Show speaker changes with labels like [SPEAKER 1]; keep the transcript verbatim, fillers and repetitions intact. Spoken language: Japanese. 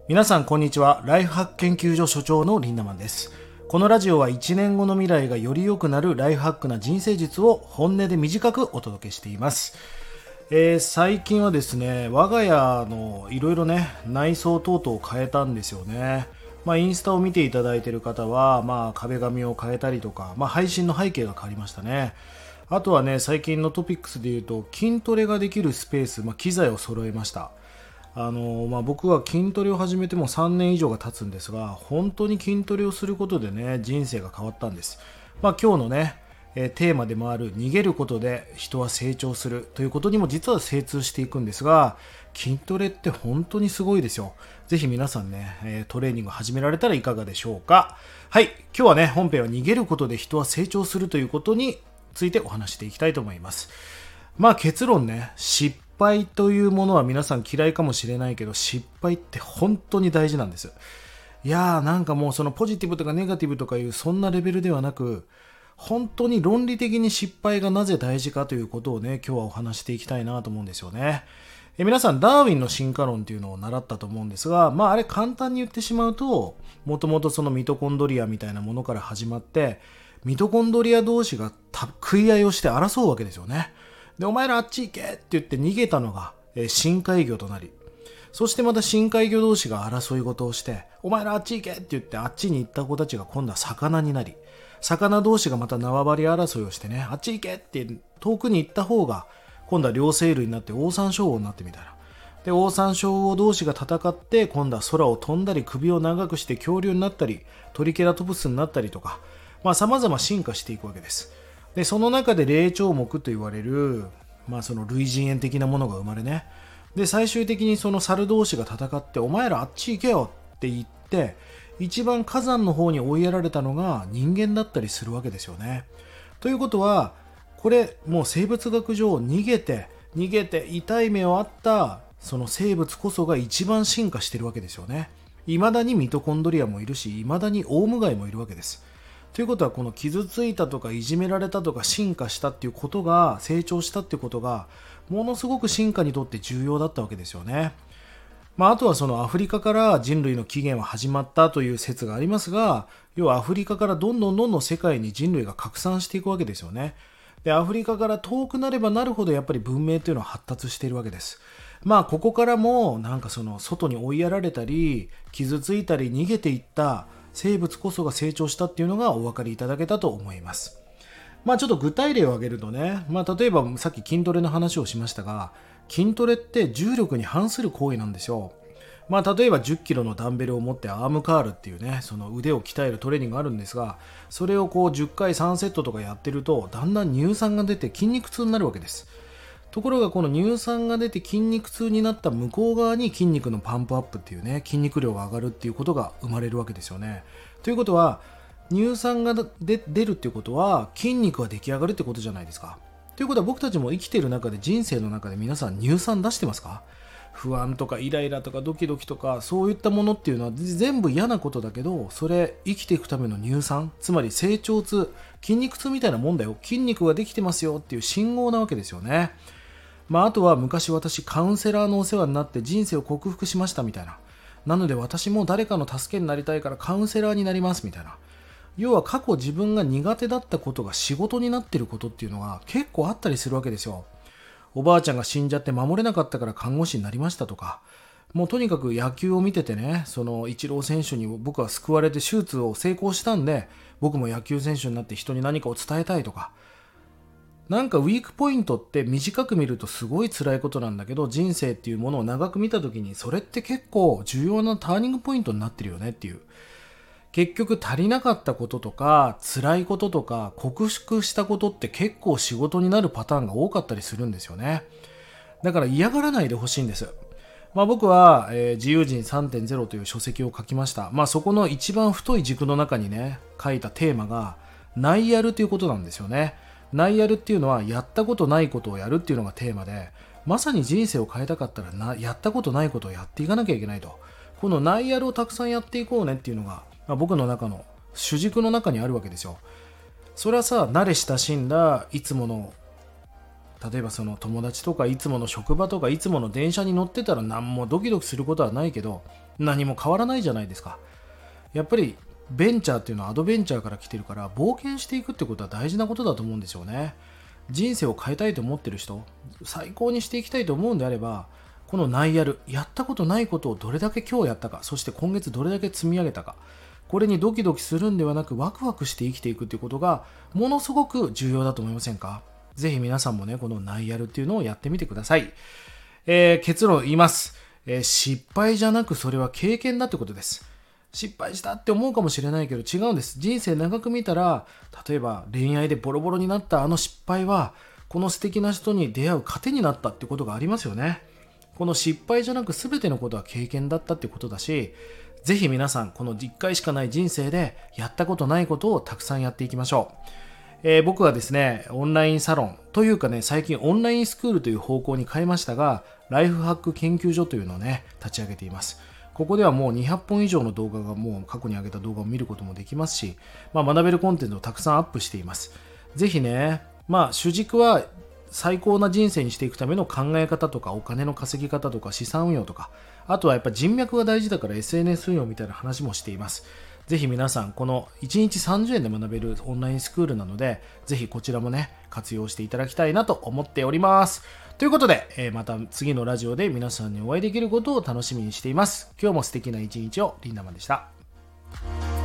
[SPEAKER 1] 皆さんこんにちは。ライフハック研究所所長のリンダマンです。このラジオはいちねんごの未来がより良くなるライフハックな人生術を本音で短くお届けしています。えー、最近はですね、我が家のいろいろね、内装等々を変えたんですよね。まあ、インスタを見ていただいている方は、まあ、壁紙を変えたりとか、まあ、配信の背景が変わりましたね。あとはね、最近のトピックスで言うと、筋トレができるスペース、まあ、機材を揃えました。あのまあ、僕は筋トレを始めてもさんねん以上が経つんですが、本当に筋トレをすることでね、人生が変わったんです。まあ、今日のね、えー、テーマでもある逃げることで人は成長するということにも実は精通していくんですが、筋トレって本当にすごいですよ。ぜひ皆さんね、えー、トレーニング始められたらいかがでしょうか。はい、今日はね、本編は逃げることで人は成長するということについてお話していきたいと思います。まあ結論ね、失敗というものは皆さん嫌いかもしれないけど、失敗って本当に大事なんです。いやーなんかもうそのポジティブとかネガティブとかいうそんなレベルではなく、本当に論理的に失敗がなぜ大事かということをね、今日はお話していきたいなと思うんですよね。え皆さんダーウィンの進化論っていうのを習ったと思うんですが、まああれ簡単に言ってしまうと、もともとそのミトコンドリアみたいなものから始まって、ミトコンドリア同士が食い合いをして争うわけですよね。で、お前らあっち行けって言って逃げたのが、えー、深海魚となり、そしてまた深海魚同士が争い事をして、お前らあっち行けって言ってあっちに行った子たちが今度は魚になり、魚同士がまた縄張り争いをしてね、あっち行けって遠くに行った方が、今度は両生類になってオオサンショウウオになってみたいな。で、オオサンショウウオ同士が戦って、今度は空を飛んだり首を長くして恐竜になったり、トリケラトプスになったりとか、まあ様々進化していくわけです。で、その中で霊長目と言われる、まあその類人猿的なものが生まれね。で、最終的にその猿同士が戦って、お前らあっち行けよって言って、一番火山の方に追いやられたのが人間だったりするわけですよね。ということは、これもう生物学上逃げて、逃げて痛い目をあったその生物こそが一番進化してるわけですよね。未だにミトコンドリアもいるし、未だにオウムガイもいるわけです。ということは、この傷ついたとかいじめられたとか進化したっていうことが、成長したっていうことがものすごく進化にとって重要だったわけですよね。まあ、あとはそのアフリカから人類の起源は始まったという説がありますが、要はアフリカからどんどんどんどん世界に人類が拡散していくわけですよね。で、アフリカから遠くなればなるほどやっぱり文明というのは発達しているわけです。まあここからもなんかその外に追いやられたり傷ついたり逃げていった生物こそが成長したっていうのがお分かりいただけたと思います。まあちょっと具体例を挙げるとね、まあ例えばさっき筋トレの話をしましたが、筋トレって重力に反する行為なんですよ。まあ例えばじゅっキロのダンベルを持ってアームカールっていうね、その腕を鍛えるトレーニングがあるんですが、それをこうじゅっかいさんセットとかやってると、だんだん乳酸が出て筋肉痛になるわけです。ところがこの乳酸が出て筋肉痛になった向こう側に筋肉のパンプアップっていうね、筋肉量が上がるっていうことが生まれるわけですよね。ということは、乳酸が出るっていうことは筋肉が出来上がるってことじゃないですか。ということは僕たちも生きている中で人生の中で皆さん乳酸出してますか？不安とかイライラとかドキドキとかそういったものっていうのは全部嫌なことだけど、それ生きていくための乳酸、つまり成長痛、筋肉痛みたいなもんだよ、筋肉ができてますよっていう信号なわけですよね。まあ、あとは昔私カウンセラーのお世話になって人生を克服しましたみたいな。なので私も誰かの助けになりたいからカウンセラーになりますみたいな。要は過去自分が苦手だったことが仕事になっていることっていうのが結構あったりするわけですよ。おばあちゃんが死んじゃって守れなかったから看護師になりましたとか、もうとにかく野球を見ててね、そのイチロー選手に僕は救われて手術を成功したんで、僕も野球選手になって人に何かを伝えたいとか、なんかウィークポイントって短く見るとすごい辛いことなんだけど、人生っていうものを長く見た時にそれって結構重要なターニングポイントになってるよねっていう。結局足りなかったこととか辛いこととか克服したことって結構仕事になるパターンが多かったりするんですよね。だから嫌がらないでほしいんです。まあ僕は、えー、自由人 さんてんゼロ という書籍を書きました。まあそこの一番太い軸の中にね、書いたテーマが内やるということなんですよね。内やるっていうのはやったことないことをやるっていうのがテーマで、まさに人生を変えたかったらなやったことないことをやっていかなきゃいけないと。この内やるをたくさんやっていこうねっていうのが、まあ、僕の中の主軸の中にあるわけですよ。それはさ、慣れ親しんだいつもの例えばその友達とかいつもの職場とかいつもの電車に乗ってたら何もドキドキすることはないけど、何も変わらないじゃないですか。やっぱりベンチャーっていうのはアドベンチャーから来てるから、冒険していくってことは大事なことだと思うんですよね。人生を変えたいと思ってる人、最高にしていきたいと思うんであれば、このナイアル、やったことないことをどれだけ今日やったか、そして今月どれだけ積み上げたか、これにドキドキするんではなくワクワクして生きていくっていうことがものすごく重要だと思いませんか？ぜひ皆さんもね、このナイアルっていうのをやってみてください。えー、結論を言います、えー、失敗じゃなくそれは経験だってことです。失敗したって思うかもしれないけど違うんです。人生長く見たら、例えば恋愛でボロボロになったあの失敗はこの素敵な人に出会う糧になったってことがありますよね。この失敗じゃなく全てのことは経験だったってことだし、ぜひ皆さんこのいっかいしかない人生でやったことないことをたくさんやっていきましょう。えー、僕はですね、オンラインサロンというかね、最近オンラインスクールという方向に変えましたが、ライフハック研究所というのをね、立ち上げています。ここではもうにひゃっぽん以上の動画がもう過去に上げた動画を見ることもできますし、まあ、学べるコンテンツをたくさんアップしています。ぜひね、まあ主軸は最高な人生にしていくための考え方とかお金の稼ぎ方とか資産運用とか、あとはやっぱ人脈が大事だから エスエヌエス 運用みたいな話もしています。ぜひ皆さんこのいちにちさんじゅうえんで学べるオンラインスクールなので、ぜひこちらもね活用していただきたいなと思っております。ということで、えー、また次のラジオで皆さんにお会いできることを楽しみにしています。今日も素敵な一日を。リンダマンでした。